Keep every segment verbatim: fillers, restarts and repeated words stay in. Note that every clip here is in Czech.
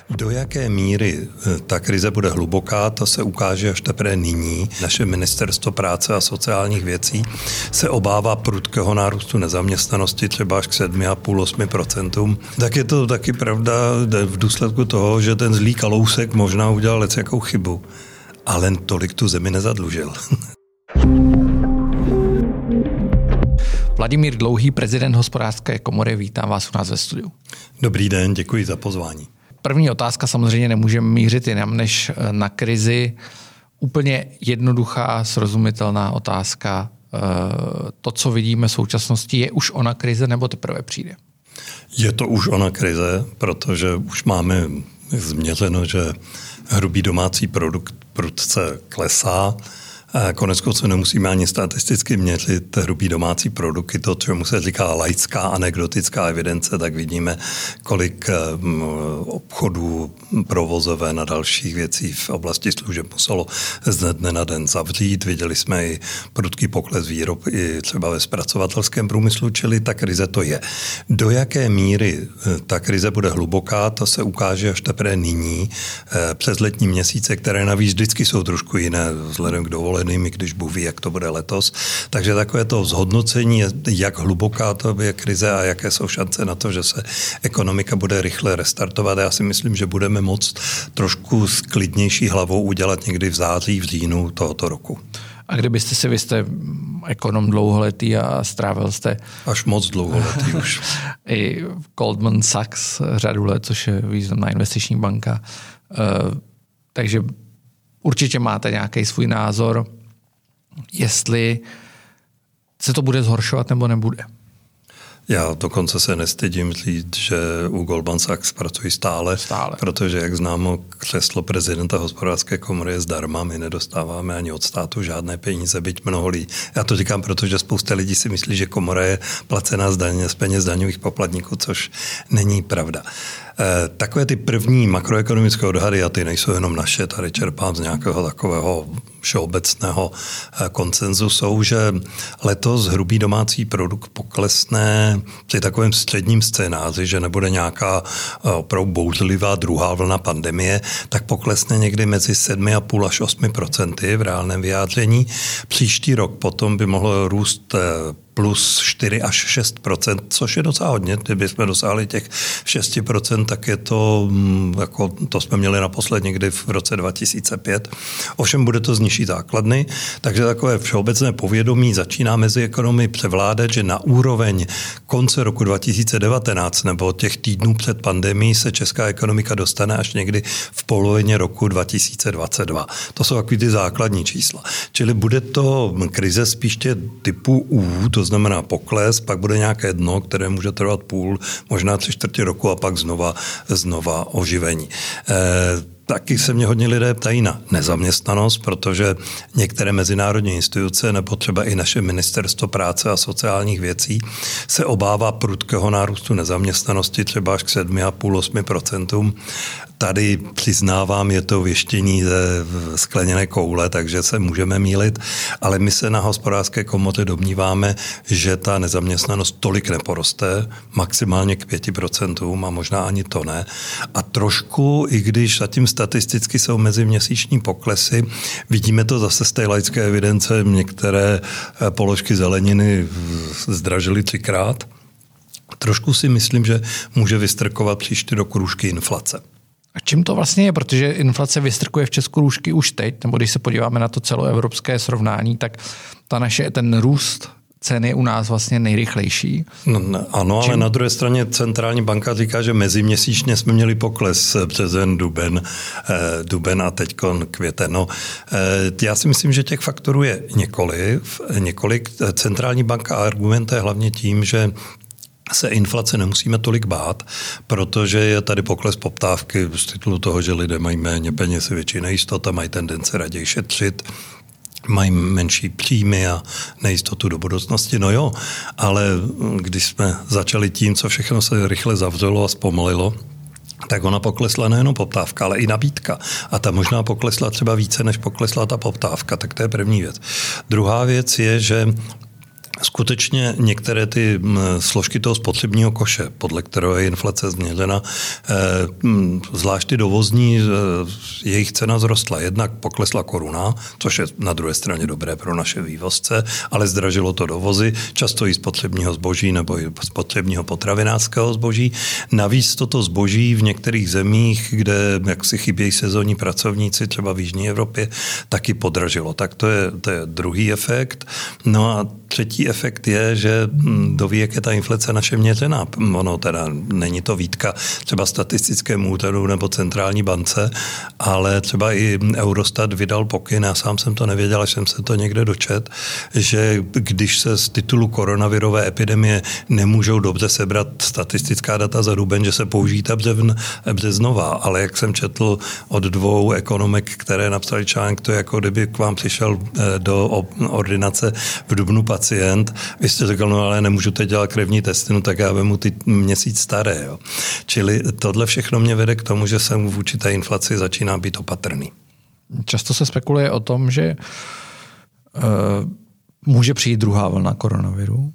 Do jaké míry ta krize bude hluboká, to se ukáže až teprve nyní. Naše ministerstvo práce a sociálních věcí se obává prudkého nárůstu nezaměstnanosti třeba až k sedm celá pět až osm procent. Tak je to taky pravda v důsledku toho, že ten zlý Kalousek možná udělal lecjakou chybu, ale tolik tu zemi nezadlužil. Vladimír Dlouhý, prezident Hospodářské komory, vítám vás u nás ve studiu. Dobrý den, děkuji za pozvání. První otázka samozřejmě nemůžeme mířit jinam než na krizi. Úplně jednoduchá, srozumitelná otázka. To, co vidíme v současnosti, je už ona krize nebo teprve přijde? Je to už ona krize, protože už máme změřeno, že hrubý domácí produkt prudce klesá. Koneckonců nemusíme ani statisticky měřit hrubý domácí produkt, to, čemu se říká laická anekdotická evidence, tak vidíme, kolik obchodů, provozoven a dalších věcí v oblasti služeb muselo z dne na den zavřít. Viděli jsme i prudký pokles výrob i třeba ve zpracovatelském průmyslu, čili ta krize to je. Do jaké míry ta krize bude hluboká, to se ukáže až teprve nyní, přes letní měsíce, které navíc vždycky jsou trošku jiné vzhledem k dovoleným, i když Bůh ví, jak to bude letos. Takže takové to zhodnocení, jak hluboká to je krize a jaké jsou šance na to, že se ekonomika bude rychle restartovat. Já si myslím, že budeme moct trošku s klidnější hlavou udělat někdy v září, v říjnu tohoto roku. A kdybyste si, vy jste ekonom dlouholetý a strávil jste... Až moc dlouholetý už. I Goldman Sachs řadu let, což je významná investiční banka. Takže určitě máte nějaký svůj názor, jestli se to bude zhoršovat nebo nebude. Já dokonce se nestydím říct, že u Goldman Sachs pracuji stále, stále, protože, jak známo, křeslo prezidenta Hospodářské komory je zdarma, my nedostáváme ani od státu žádné peníze, byť mnoho lidí. Já to říkám, protože spousta lidí si myslí, že komora je placená z daně, z peněz daňových poplatníků, což není pravda. Takové ty první makroekonomické odhady, a ty nejsou jenom naše, tady čerpám z nějakého takového všeobecného konsenzu, jsou, že letos hrubý domácí produkt poklesne při takovém středním scénáři, že nebude nějaká opravdu bouřlivá druhá vlna pandemie, tak poklesne někdy mezi sedm celá pět až osm procent v reálném vyjádření. Příští rok potom by mohlo růst plus čtyři až šest procent, což je docela hodně. Kdyby jsme dosáhli těch šest procent, tak je to, jako to jsme měli naposled někdy v roce dva tisíce pět. Ovšem bude to z nižší základny, takže takové všeobecné povědomí začíná mezi ekonomy převládat, že na úroveň konce roku dva tisíce devatenáct nebo těch týdnů před pandemií se česká ekonomika dostane až někdy v polovině roku dva tisíce dvacet dva. To jsou takový ty základní čísla. Čili bude to krize spíště typu U, to znamená pokles, pak bude nějaké dno, které může trvat půl, možná tři čtvrtě roku a pak znova, znova oživení. E, Taky se mě hodně lidé ptají na nezaměstnanost, protože některé mezinárodní instituce nebo třeba i naše ministerstvo práce a sociálních věcí se obává prudkého nárůstu nezaměstnanosti třeba až k sedm celá pět až osm procent. Tady přiznávám, je to věštění ze skleněné koule, takže se můžeme mýlit, ale my se na Hospodářské komoře domníváme, že ta nezaměstnanost tolik neporoste, maximálně k pěti procentům a možná ani to ne. A trošku, i když zatím statisticky jsou meziměsíční poklesy, vidíme to zase z té laické evidence, některé položky zeleniny zdražily třikrát. Trošku si myslím, že může vystrkovat příští rok růžky inflace. A čím to vlastně je? Protože inflace vystrkuje v Česku růžky už teď, nebo když se podíváme na to celoevropské srovnání, tak ta naše, ten růst cen je u nás vlastně nejrychlejší. No, ano, čím? Ale na druhé straně centrální banka říká, že meziměsíčně jsme měli pokles březen, duben, eh, duben a teďkon květen. No, eh, já si myslím, že těch faktorů je několik. několik. Centrální banka argumentuje hlavně tím, že se inflace nemusíme tolik bát, protože je tady pokles poptávky z titulu toho, že lidé mají méně peněz, větší nejistota, mají tendence raději šetřit, mají menší příjmy a nejistotu do budoucnosti. No jo, ale když jsme začali tím, co všechno se rychle zavřelo a zpomalilo, tak ona poklesla nejenom poptávka, ale i nabídka. A ta možná poklesla třeba více, než poklesla ta poptávka. Tak to je první věc. Druhá věc je, že skutečně některé ty složky toho spotřebního koše, podle kterého je inflace změřena, zvlášť ty dovozní, jejich cena zrostla. Jednak poklesla koruna, což je na druhé straně dobré pro naše vývozce, ale zdražilo to dovozy, často i spotřebního zboží nebo i spotřebního potravinářského zboží. Navíc toto zboží v některých zemích, kde jaksi chybějí sezónní pracovníci, třeba v jižní Evropě, taky podražilo. Tak to je, to je druhý efekt. No a třetí efekt je, že doví, jak je ta inflace naše měřená. Ono teda není to výtka třeba statistickému úřadu nebo centrální bance, ale třeba i Eurostat vydal pokyn, já sám jsem to nevěděl, až jsem se to někde dočet, že když se z titulu koronavirové epidemie nemůžou dobře sebrat statistická data za duben, že se použijí ta březn, březnová, ale jak jsem četl od dvou ekonomek, které napsali článek, to je jako kdyby k vám přišel do ordinace v dubnu pacient, vy jste řekl, no ale nemůžu teď dělat krevní testy, no tak já vemu ty měsíc staré. Jo. Čili tohle všechno mě vede k tomu, že jsem vůči té inflaci začíná být opatrný. Často se spekuluje o tom, že uh, může přijít druhá vlna koronaviru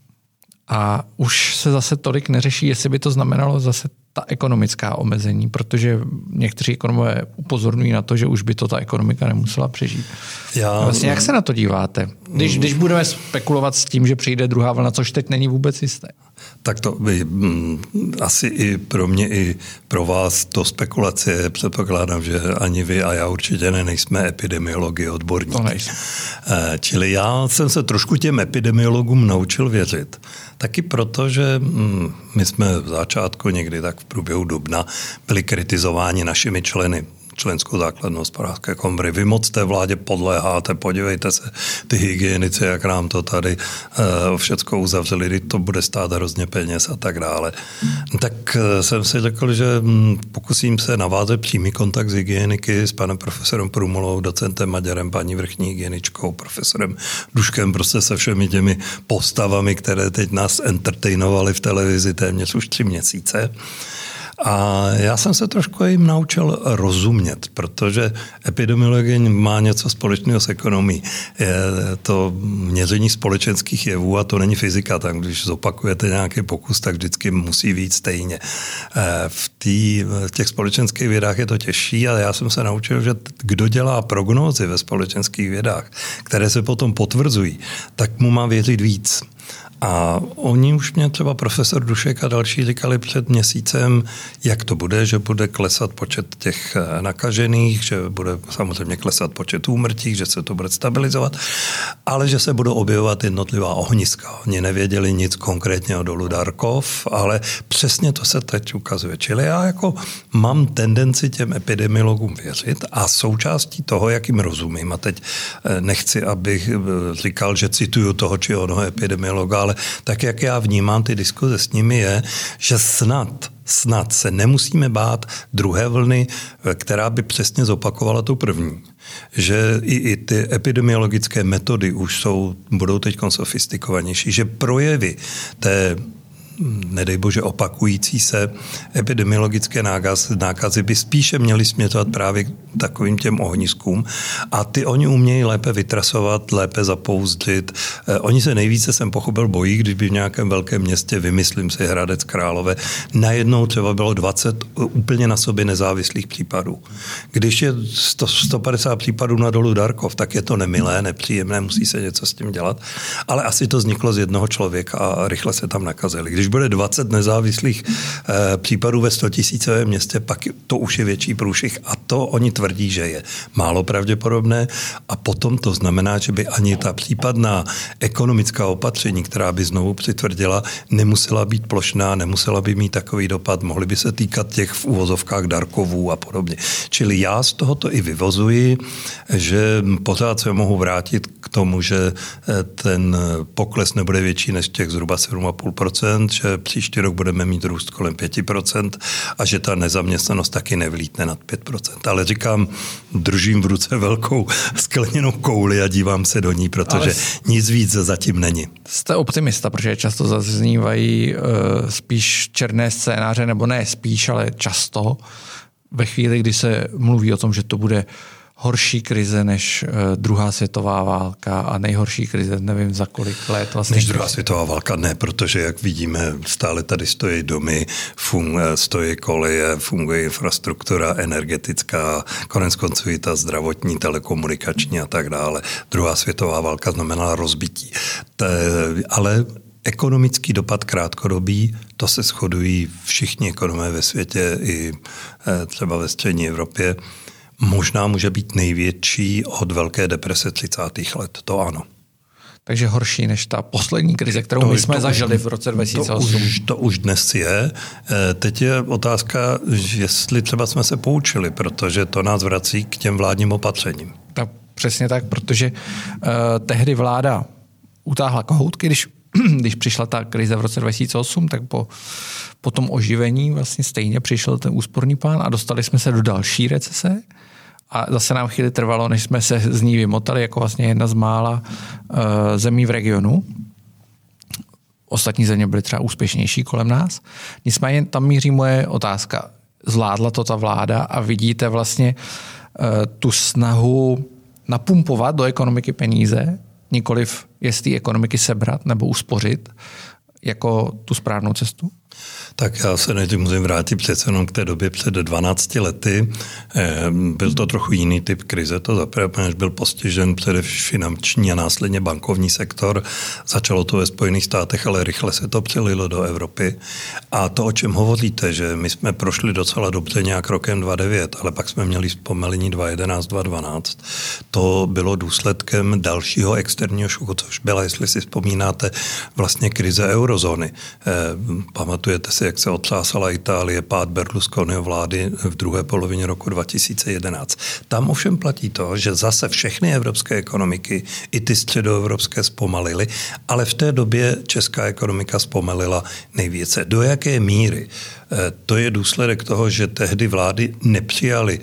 a už se zase tolik neřeší, jestli by to znamenalo zase ta ekonomická omezení, protože někteří ekonomové upozorňují na to, že už by to ta ekonomika nemusela přeží. Já... Vlastně jak se na to díváte? Když, když budeme spekulovat s tím, že přijde druhá vlna, což teď není vůbec jisté. Tak to by m, asi i pro mě, i pro vás to spekulace je, předpokládám, že ani vy a já určitě ne, nejsme epidemiologi, odborníci. To nejsme. E, čili já jsem se trošku těm epidemiologům naučil věřit. Taky proto, že m, my jsme v začátku někdy tak v průběhu dubna byli kritizováni našimi členy členskou základnou hospodářské komory. Vy moc té vládě podléháte, podívejte se, ty hygienici, jak nám to tady uh, všecko uzavřeli, kdy to bude stát hrozně peněz a tak dále. Tak uh, jsem si řekl, že um, pokusím se navázat přímý kontakt s hygieniky, s panem profesorem Průmolou, docentem Maďarem, paní vrchní hygieničkou, profesorem Duškem, prostě se všemi těmi postavami, které teď nás entertainovali v televizi téměř už tři měsíce. A já jsem se trošku jim naučil rozumět, protože epidemiologie má něco společného s ekonomií. Je to měření společenských jevů a to není fyzika. Tam, když zopakujete nějaký pokus, tak vždycky musí být stejně. V, tý, v těch společenských vědách je to těžší, ale já jsem se naučil, že kdo dělá prognózy ve společenských vědách, které se potom potvrzují, tak mu má věřit víc. A oni už mě třeba profesor Dušek a další říkali před měsícem, jak to bude, že bude klesat počet těch nakažených, že bude samozřejmě klesat počet úmrtích, že se to bude stabilizovat, ale že se budou objevovat jednotlivá ohniska. Oni nevěděli nic konkrétně o dolu Darkov, ale přesně to se teď ukazuje. Čili já jako mám tendenci těm epidemiologům věřit a součástí toho, jak jim rozumím, a teď nechci, abych říkal, že cituju toho či onoho epidemiologa, ale tak, jak já vnímám ty diskuze s nimi, je, že snad, snad se nemusíme bát druhé vlny, která by přesně zopakovala tu první. Že i, i ty epidemiologické metody už jsou, budou teď sofistikovanější, že projevy té nedej bože opakující se epidemiologické nákazy, nákazy by spíše měly směřovat právě k takovým těm ohniskům a ty oni umějí lépe vytrasovat, lépe zapouzdřit. Eh, oni se nejvíce, jsem pochopil, bojí, když by v nějakém velkém městě, vymyslím si Hradec Králové, najednou třeba bylo dvacet úplně na sobě nezávislých případů. Když je sto, sto padesát případů na dolu Darkov, tak je to nemilé, nepříjemné, musí se něco s tím dělat, ale asi to vzniklo z jednoho člověka a rychle se tam nakazili. Když bude dvacet nezávislých e, případů ve stotisícovém městě, pak to už je větší průšvih a to oni tvrdí, že je málo pravděpodobné a potom to znamená, že by ani ta případná ekonomická opatření, která by znovu přitvrdila, nemusela být plošná, nemusela by mít takový dopad, mohly by se týkat těch v uvozovkách Darkovů a podobně. Čili já z tohoto i vyvozuji, že pořád se mohu vrátit k tomu, že ten pokles nebude větší než těch zhruba sedm celá pět procenta, že příští rok budeme mít růst kolem pět procent a že ta nezaměstnanost taky nevlítne nad pět procent. Ale říkám, držím v ruce velkou skleněnou kouli a dívám se do ní, protože ale nic víc zatím není. Jste optimista, protože často zaznívají uh, spíš černé scénáře, nebo ne spíš, ale často ve chvíli, kdy se mluví o tom, že to bude horší krize než uh, druhá světová válka a nejhorší krize, nevím za kolik let. Vlastně než druhá světová válka ne, protože jak vidíme, stále tady stojí domy, funguje, stojí koleje, funguje infrastruktura energetická, konec konců i ta zdravotní, telekomunikační a tak dále. Druhá světová válka znamenala rozbití. Te, ale ekonomický dopad krátkodobý, to se shodují všichni ekonomé ve světě i třeba ve střední Evropě, možná může být největší od Velké deprese třicátých let, to ano. Takže horší než ta poslední krize, kterou to, my jsme to zažili už, v roce dva tisíce osm. To už, to už dnes je. Teď je otázka, jestli třeba jsme se poučili, protože to nás vrací k těm vládním opatřením. Tak přesně tak, protože uh, tehdy vláda utáhla kohoutky, když když přišla ta krize v roce dva tisíce osm, tak po, po tom oživení vlastně stejně přišel ten úsporný plán a dostali jsme se do další recese a zase nám chvíli trvalo, než jsme se z ní vymotali jako vlastně jedna z mála uh, zemí v regionu. Ostatní země byly třeba úspěšnější kolem nás. Nicméně tam míří moje otázka. Zvládla to ta vláda a vidíte vlastně uh, tu snahu napumpovat do ekonomiky peníze, nikoliv jestli ekonomiky sebrat nebo uspořit jako tu správnou cestu? Tak já se nejdřív musím vrátit přece jenom k té době před dvanácti lety. Byl to trochu jiný typ krize, to zaprvé, než byl postižen především finanční a následně bankovní sektor. Začalo to ve Spojených státech, ale rychle se to přelilo do Evropy. A to, o čem hovoříte, že my jsme prošli docela dobře nějak rokem dva tisíce devět, ale pak jsme měli zpomalení dva tisíce jedenáct, dva tisíce dvanáct. To bylo důsledkem dalšího externího šoku, což byla, jestli si vzpomínáte, vlastně krize eurozóny. Pamatujete si, jak se otřásala Itálie, pád Berlusconiho vlády v druhé polovině roku dva tisíce jedenáct. Tam ovšem platí to, že zase všechny evropské ekonomiky, i ty středoevropské zpomalily, ale v té době česká ekonomika zpomalila nejvíce. Do jaké míry? To je důsledek toho, že tehdy vlády nepřijaly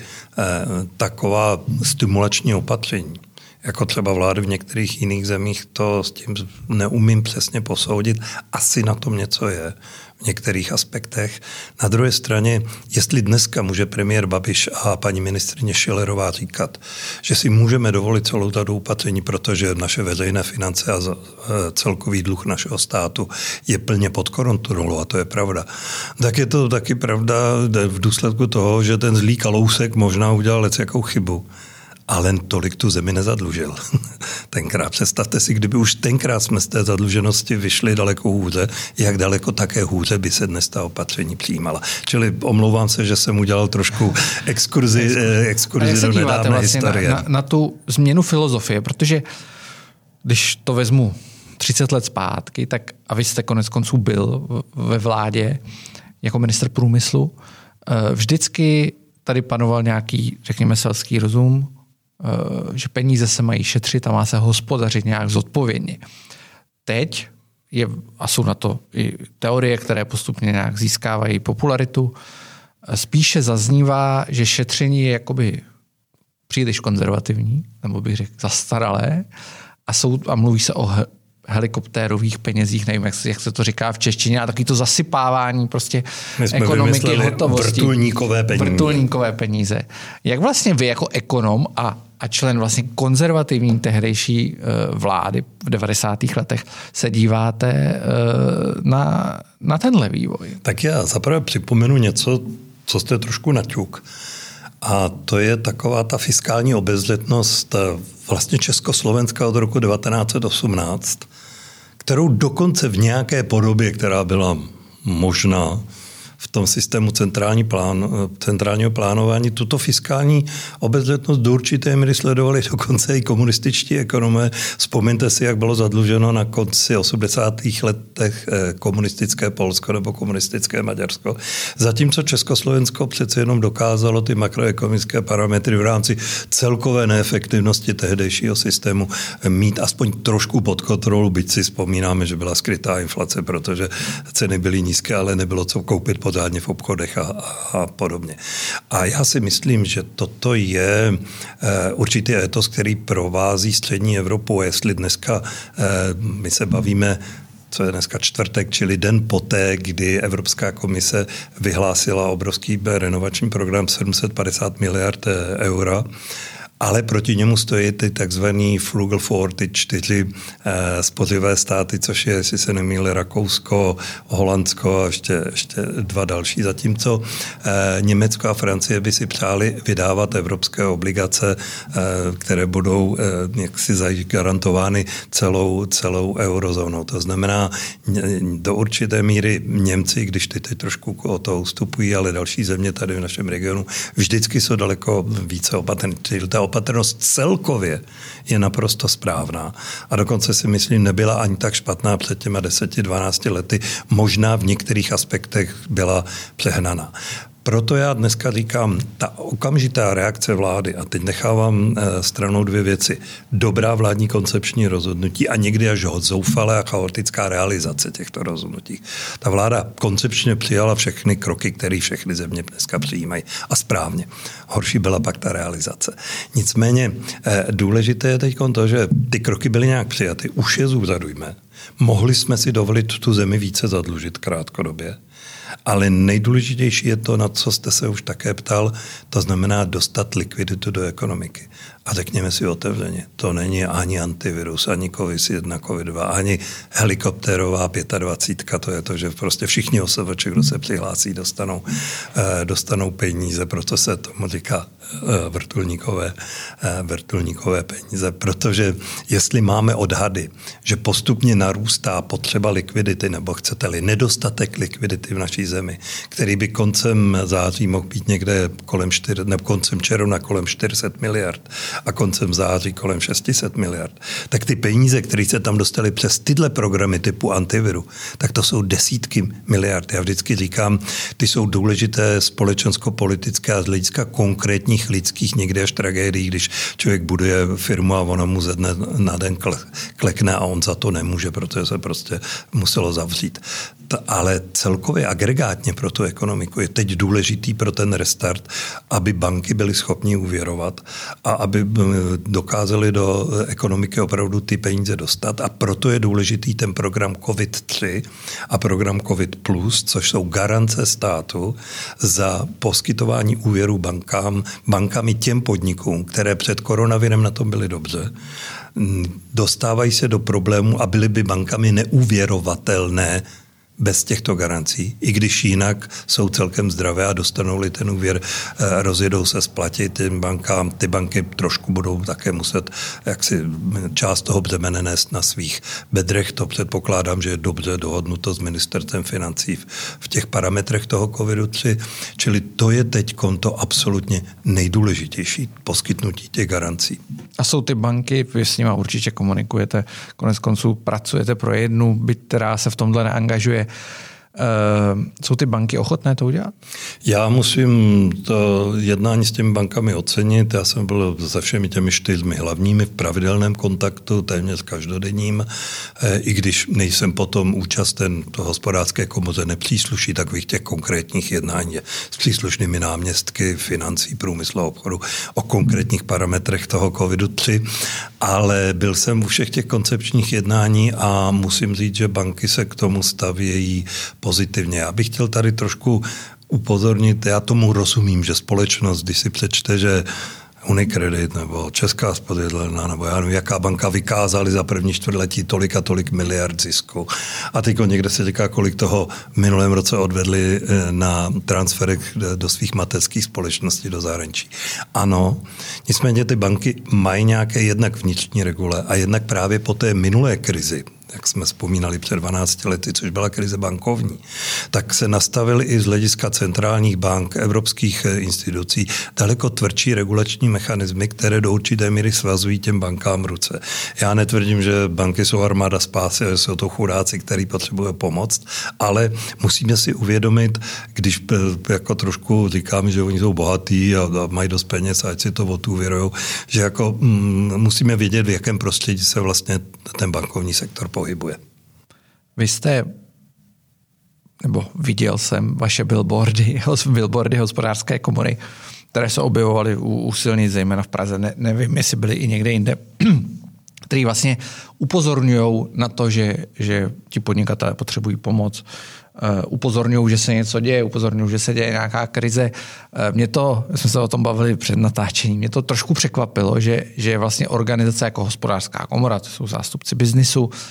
taková stimulační opatření. Jako třeba vlády v některých jiných zemích, to s tím neumím přesně posoudit. Asi na tom něco je v některých aspektech. Na druhé straně, jestli dneska může premiér Babiš a paní ministryně Schillerová říkat, že si můžeme dovolit celou tato opatření, protože naše veřejné finance a celkový dluh našeho státu je plně pod kontrolou, a to je pravda, tak je to taky pravda v důsledku toho, že ten zlý Kalousek možná udělal lecjakou chybu. Ale tolik tu zemi nezadlužil. Tenkrát, představte si, kdyby už tenkrát jsme z té zadluženosti vyšli daleko hůře, jak daleko také hůře by se dnes ta opatření přijímala. Čili omlouvám se, že jsem udělal trošku exkurzi, exkurzi do nedávné vlastně historie. Na, na, na tu změnu filozofie, protože když to vezmu třicet let zpátky, tak a vy jste konec konců byl ve vládě jako ministr průmyslu, vždycky tady panoval nějaký, řekněme, selský rozum, že peníze se mají šetřit a má se hospodařit nějak zodpovědně. Teď je, a jsou na to i teorie, které postupně nějak získávají popularitu, spíše zaznívá, že šetření je jakoby příliš konzervativní, nebo bych řekl zastaralé, a, jsou, a mluví se o helikoptérových penězích, nevím, jak se, jak se to říká v češtině, a taky to zasypávání prostě ekonomiky, hotovosti. Vrtulníkové peníze. Vrtulníkové peníze. Jak vlastně vy jako ekonom a, a člen vlastně konzervativní tehdejší uh, vlády v devadesátých letech se díváte uh, na, na tenhle vývoj? Tak já zaprvé připomenu něco, co jste trošku naťuk. A to je taková ta fiskální obezřetnost vlastně Československa od roku devatenáct set osmnáct, kterou dokonce v nějaké podobě, která byla možná v tom systému centrální plán, centrálního plánování, tuto fiskální obezřetnost do určité míry sledovali dokonce i komunističtí ekonomé. Vzpomeňte si, jak bylo zadluženo na konci osmdesátých letech komunistické Polsko nebo komunistické Maďarsko. Zatímco Československo přece jenom dokázalo ty makroekonomické parametry v rámci celkové neefektivnosti tehdejšího systému mít aspoň trošku pod kontrolu, byť si vzpomínáme, že byla skrytá inflace, protože ceny byly nízké, ale nebylo co koupit pořádně v obchodech a, a podobně. A já si myslím, že toto je e, určitý etos, který provází střední Evropu. A jestli dneska e, my se bavíme, co je dneska čtvrtek, čili den poté, kdy Evropská komise vyhlásila obrovský renovační program sedm set padesát miliard eura, ale proti němu stojí ty takzvaný Frugal Four, ty čtyři eh, spořivé státy, což je, jestli se nemýlím, Rakousko, Holandsko a ještě, ještě dva další, zatímco eh, Německo a Francie by si přáli vydávat evropské obligace, eh, které budou eh, jaksi garantovány celou, celou eurozónou. To znamená, do určité míry Němci, když ty teď trošku o to ustupují, ale další země tady v našem regionu vždycky jsou daleko více opatrní. Ta opatrnost celkově je naprosto správná. A dokonce si myslím, nebyla ani tak špatná před těma deseti, dvanácti lety. Možná v některých aspektech byla přehnaná. Proto já dneska říkám, ta okamžitá reakce vlády, a teď nechávám stranou dvě věci, dobrá vládní koncepční rozhodnutí a někdy až zoufalé a chaotická realizace těchto rozhodnutí. Ta vláda koncepčně přijala všechny kroky, které všechny země dneska přijímají. A správně. Horší byla pak ta realizace. Nicméně důležité je teď to, že ty kroky byly nějak přijaty. Už je zúřadujme. Mohli jsme si dovolit tu zemi více zadlužit krátkodobě. Ale nejdůležitější je to, na co jste se už také ptal, to znamená dostat likviditu do ekonomiky. A řekněme si otevřeně, to není ani antivirus, ani COVID jedna, COVID dva, ani helikoptérová dvacítka pět, to je to, že prostě všichni osoboči, kdo se přihlásí, dostanou, eh, dostanou peníze, proto se tomu říká eh, vrtulníkové, eh, vrtulníkové peníze, protože jestli máme odhady, že postupně narůstá potřeba likvidity, nebo chcete-li nedostatek likvidity v naší zemi, který by koncem září mohl být někde kolem čtyři, nebo koncem června kolem čtyři sta miliard a koncem září kolem šest set miliard, tak ty peníze, které se tam dostaly přes tyhle programy typu antiviru, tak to jsou desítky miliard. Já vždycky říkám, ty jsou důležité společensko-politické a z hlediska konkrétních lidských někdy až tragédií, když člověk buduje firmu a ona mu ze dne na den klekne a on za to nemůže, protože se prostě muselo zavřít. Ale celkově agregátně pro tu ekonomiku je teď důležitý pro ten restart, aby banky byly schopni úvěrovat a aby dokázali do ekonomiky opravdu ty peníze dostat. A proto je důležitý ten program COVID tři a program COVID plus, což jsou garance státu za poskytování úvěrů bankám, bankami těm podnikům, které před koronavirem na tom byly dobře. Dostávají se do problému a byly by bankami neúvěrovatelné bez těchto garancí, i když jinak jsou celkem zdravé a dostanou-li ten úvěr, rozjedou se splatit těm bankám, ty banky trošku budou také muset jaksi část toho břemene nést na svých bedrech. To předpokládám, že je dobře dohodnuto s ministerstvem financí v těch parametrech toho covidu tři, čili to je teď konto absolutně nejdůležitější, poskytnutí těch garancí. A jsou ty banky, vy s nimi určitě komunikujete, konec konců pracujete pro jednu, byť která se v tomhle neangažuje. Uh, jsou ty banky ochotné to udělat? Já musím to jednání s těmi bankami ocenit. Já jsem byl se všemi těmi čtyřmi hlavními v pravidelném kontaktu, téměř každodenním, e, i když nejsem potom účasten to hospodářské komoře nepřísluší takových těch konkrétních jednání s příslušnými náměstky financí, průmyslu a obchodu o konkrétních parametrech toho covidu tři, ale byl jsem u všech těch koncepčních jednání a musím říct, že banky se k tomu stavějí pozitivně. Já bych chtěl tady trošku upozornit, já tomu rozumím, že společnost, když si přečte, že Unicredit nebo Česká spořitelna nebo já nevím, jaká banka vykázali za první čtvrtletí tolik a tolik miliard zisku. A teď někde se říká, kolik toho v minulém roce odvedli na transferech do svých mateřských společností do zahraničí. Ano, nicméně ty banky mají nějaké jednak vnitřní regule a jednak právě po té minulé krizi, jak jsme vzpomínali před dvanácti lety, což byla krize bankovní, tak se nastavily i z hlediska centrálních bank, evropských institucí daleko tvrdší regulační mechanismy, které do určité míry svazují těm bankám ruce. Já netvrdím, že banky jsou armáda spásy, že jsou to chudáci, který potřebují pomoct, ale musíme si uvědomit, když jako trošku říkáme, že oni jsou bohatí a, a mají dost peněz a ať si to otůvěrujou, že jako mm, musíme vědět, v jakém prostředí se vlastně ten bankovní sektor pohybuje. Vy jste, nebo viděl jsem vaše billboardy, billboardy hospodářské komory, které se objevovaly u, u silnic, zejména v Praze. Ne, nevím, jestli byly i někde jinde. který vlastně upozorňují na to, že, že ti podnikatelé potřebují pomoc, uh, upozorňují, že se něco děje, upozorňují, že se děje nějaká krize. Uh, mě to, jsme se o tom bavili před natáčením, mě to trošku překvapilo, že, že vlastně organizace jako Hospodářská komora, to jsou zástupci biznisu, uh,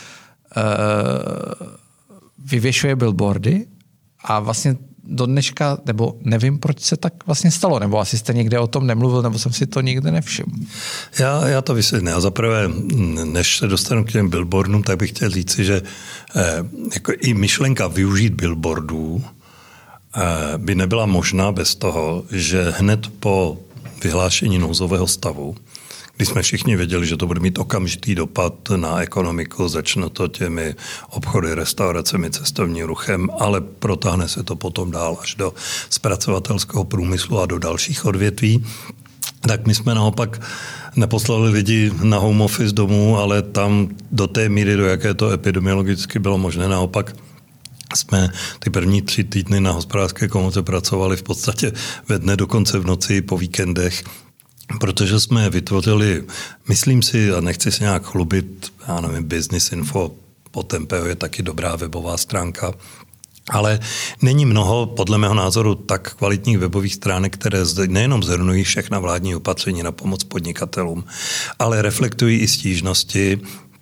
vyvěšuje billboardy a vlastně do dneška, nebo nevím, proč se tak vlastně stalo, nebo asi jste někde o tom nemluvil, nebo jsem si to nikde nevšiml. Já, já to vysvětlím. A zaprvé, než se dostanu k těm billboardům, tak bych chtěl říci, že eh, jako i myšlenka využít billboardů eh, by nebyla možná bez toho, že hned po vyhlášení nouzového stavu, když jsme všichni věděli, že to bude mít okamžitý dopad na ekonomiku, začne to těmi obchody, restauracemi, cestovním ruchem, ale protáhne se to potom dál až do zpracovatelského průmyslu a do dalších odvětví, tak my jsme naopak neposlali lidi na home office domů, ale tam do té míry, do jaké to epidemiologicky bylo možné, naopak jsme ty první tři týdny na Hospodářské komoře pracovali v podstatě ve dne, dokonce v noci, po víkendech, protože jsme vytvořili, myslím si, a nechci se nějak chlubit, já nevím, Business Info po Tempeo je taky dobrá webová stránka, ale není mnoho, podle mého názoru, tak kvalitních webových stránek, které nejenom zhrnují všechna vládní opatření na pomoc podnikatelům, ale reflektují i stížnosti.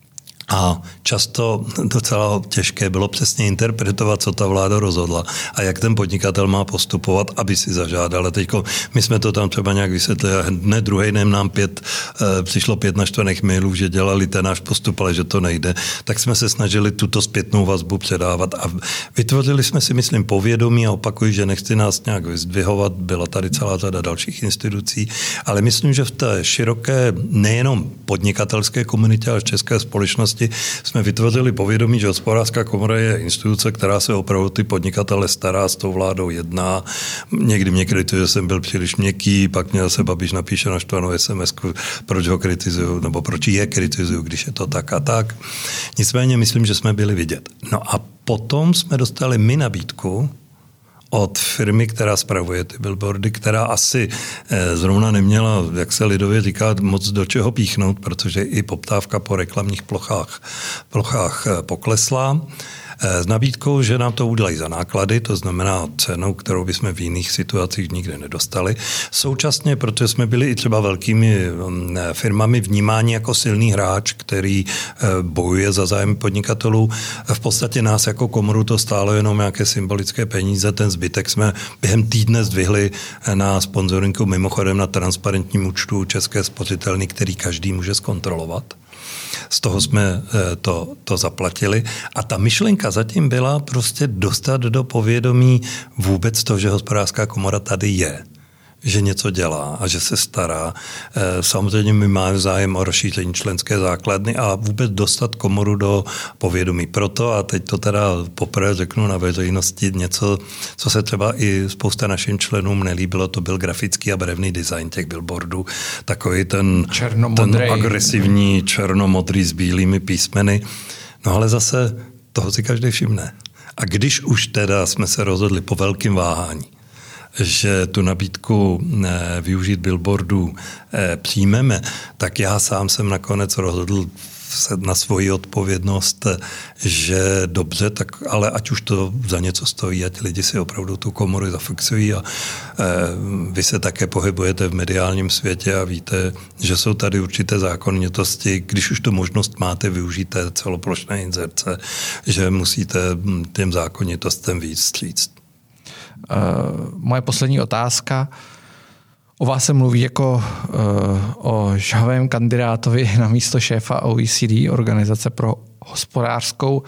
A často docela těžké bylo přesně interpretovat, co ta vláda rozhodla a jak ten podnikatel má postupovat, aby si zažádal. Teďko my jsme to tam třeba nějak vysvětlili a hned druhý den nám pět, e, přišlo pět naštvaných mailů, že dělali ten náš postup, ale že to nejde. Tak jsme se snažili tuto zpětnou vazbu předávat a vytvořili jsme si, myslím, povědomí a opakuju, že nechci nás nějak vyzdvihovat, byla tady celá řada dalších institucí, ale myslím, že v té široké, nejenom podnikatelské komunitě, ale v české společnosti jsme vytvořili povědomí, že Hospodářská komora je instituce, která se opravdu ty podnikatele stará, s tou vládou jedná. Někdy mě kritizuje, že jsem byl příliš měkký, pak mě zase Babiš napíše naštvanou es em esku, proč ho kritizuju, nebo proč je kritizuju, když je to tak a tak. Nicméně myslím, že jsme byli vidět. No a potom jsme dostali my nabídku od firmy, která spravuje ty billboardy, která asi zrovna neměla, jak se lidově říká, moc do čeho píchnout, protože i poptávka po reklamních plochách, plochách poklesla. S nabídkou, že nám to udělají za náklady, to znamená cenou, kterou bychom v jiných situacích nikdy nedostali. Současně, protože jsme byli i třeba velkými firmami vnímáni jako silný hráč, který bojuje za zájmy podnikatelů. V podstatě nás jako komoru to stálo jenom nějaké symbolické peníze, ten zbytek jsme během týdne zdvihli na sponzorinku, mimochodem na transparentním účtu České spořitelny, který každý může zkontrolovat. Z toho jsme to, to zaplatili. A ta myšlenka zatím byla prostě dostat do povědomí vůbec to, že Hospodářská komora tady je, že něco dělá a že se stará. Samozřejmě my máme zájem o rozšíření členské základny a vůbec dostat komoru do povědomí. Proto, a teď to teda poprvé řeknu na veřejnosti, něco, co se třeba i spousta našim členům nelíbilo, to byl grafický a barevný design těch billboardů. Takový ten, ten agresivní černomodrý s bílými písmeny. No ale zase toho si každý všimne. A když už teda jsme se rozhodli po velkém váhání, že tu nabídku využít billboardů přijmeme, tak já sám jsem nakonec rozhodl na svoji odpovědnost, že dobře, tak ale ať už to za něco stojí, ať lidi si opravdu tu komoru zafixují a vy se také pohybujete v mediálním světě a víte, že jsou tady určité zákonitosti, když už tu možnost máte využít té celoplošné inzerce, že musíte těm zákonitostem víc vstříct. Uh, moje poslední otázka. O vás se mluví jako uh, o žhavém kandidátovi na místo šéfa O E C D, Organizace pro hospodářskou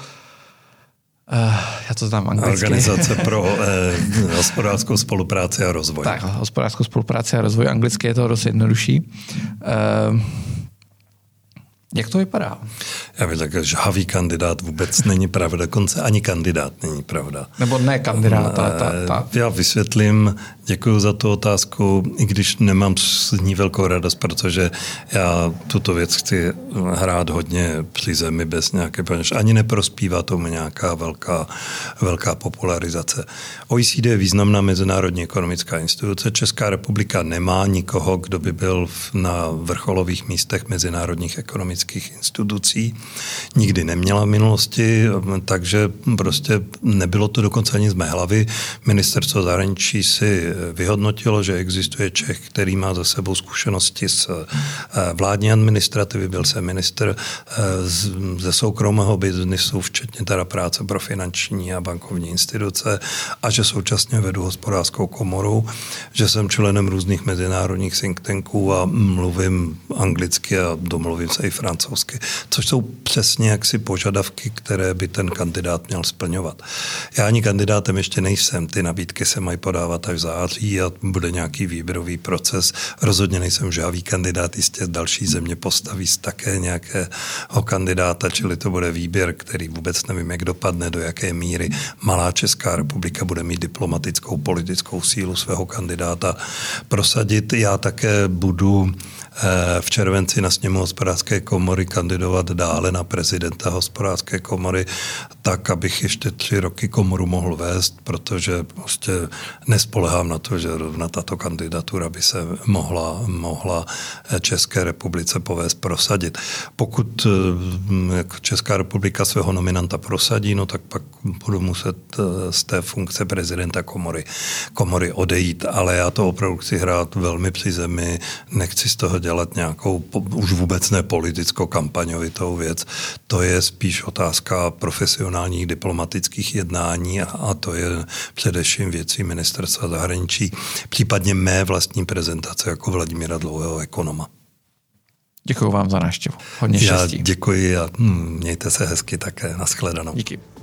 uh, já to znám anglicky. Organizace pro uh, hospodářskou spolupráci a rozvoj. Tak, hospodářskou spolupráci a rozvoj. Anglicky je to dost jednodušší. Uh, Jak to vypadá? Já bych řekl, žhavý kandidát vůbec není pravda, dokonce ani kandidát není pravda. Nebo ne kandidát, ale ta, ta... Já vysvětlím, děkuji za tu otázku, i když nemám s ní velkou radost, protože já tuto věc chci hrát hodně při zemi bez nějaké, protože ani neprospívá tomu nějaká velká, velká popularizace. O E C D je významná mezinárodní ekonomická instituce. Česká republika nemá nikoho, kdo by byl na vrcholových místech mezinárodních ekonomických institucí. Nikdy neměla v minulosti, takže prostě nebylo to dokonce ani z mé hlavy. Ministerstvo zahraničí si vyhodnotilo, že existuje Čech, který má za sebou zkušenosti z vládní administrativy, byl jsem ministr ze soukromého biznisu, včetně teda práce pro finanční a bankovní instituce, a že současně vedu hospodářskou komoru, že jsem členem různých mezinárodních think tanků a mluvím anglicky a domluvím se i francouzsky, což jsou přesně jaksi požadavky, které by ten kandidát měl splňovat. Já ani kandidátem ještě nejsem, ty nabídky se mají podávat až v září a bude nějaký výběrový proces. Rozhodně nejsem žádný kandidát, jistě další země postaví také nějakého kandidáta, čili to bude výběr, který vůbec nevím, jak dopadne, do jaké míry malá Česká republika bude mít diplomatickou, politickou sílu svého kandidáta prosadit. Já také budu v červenci na sněmu hospodářské komory kandidovat dále na prezidenta hospodářské komory, tak, abych ještě tři roky komoru mohl vést, protože prostě nespolehám na to, že rovna tato kandidatura by se mohla, mohla České republice povést prosadit. Pokud Česká republika svého nominanta prosadí, no tak pak budu muset z té funkce prezidenta komory, komory odejít, ale já to opravdu chci hrát velmi při zemi, nechci z toho dělat nějakou už vůbec ne politicko-kampaňovitou věc. To je spíš otázka profesionálních diplomatických jednání a, a to je především věcí ministerstva zahraničí, případně mé vlastní prezentace jako Vladimíra Dlouhého, ekonoma. Děkuji vám za návštěvu. Hodně štěstí. Já děkuji a hm, mějte se hezky také. Nashledanou. Díky.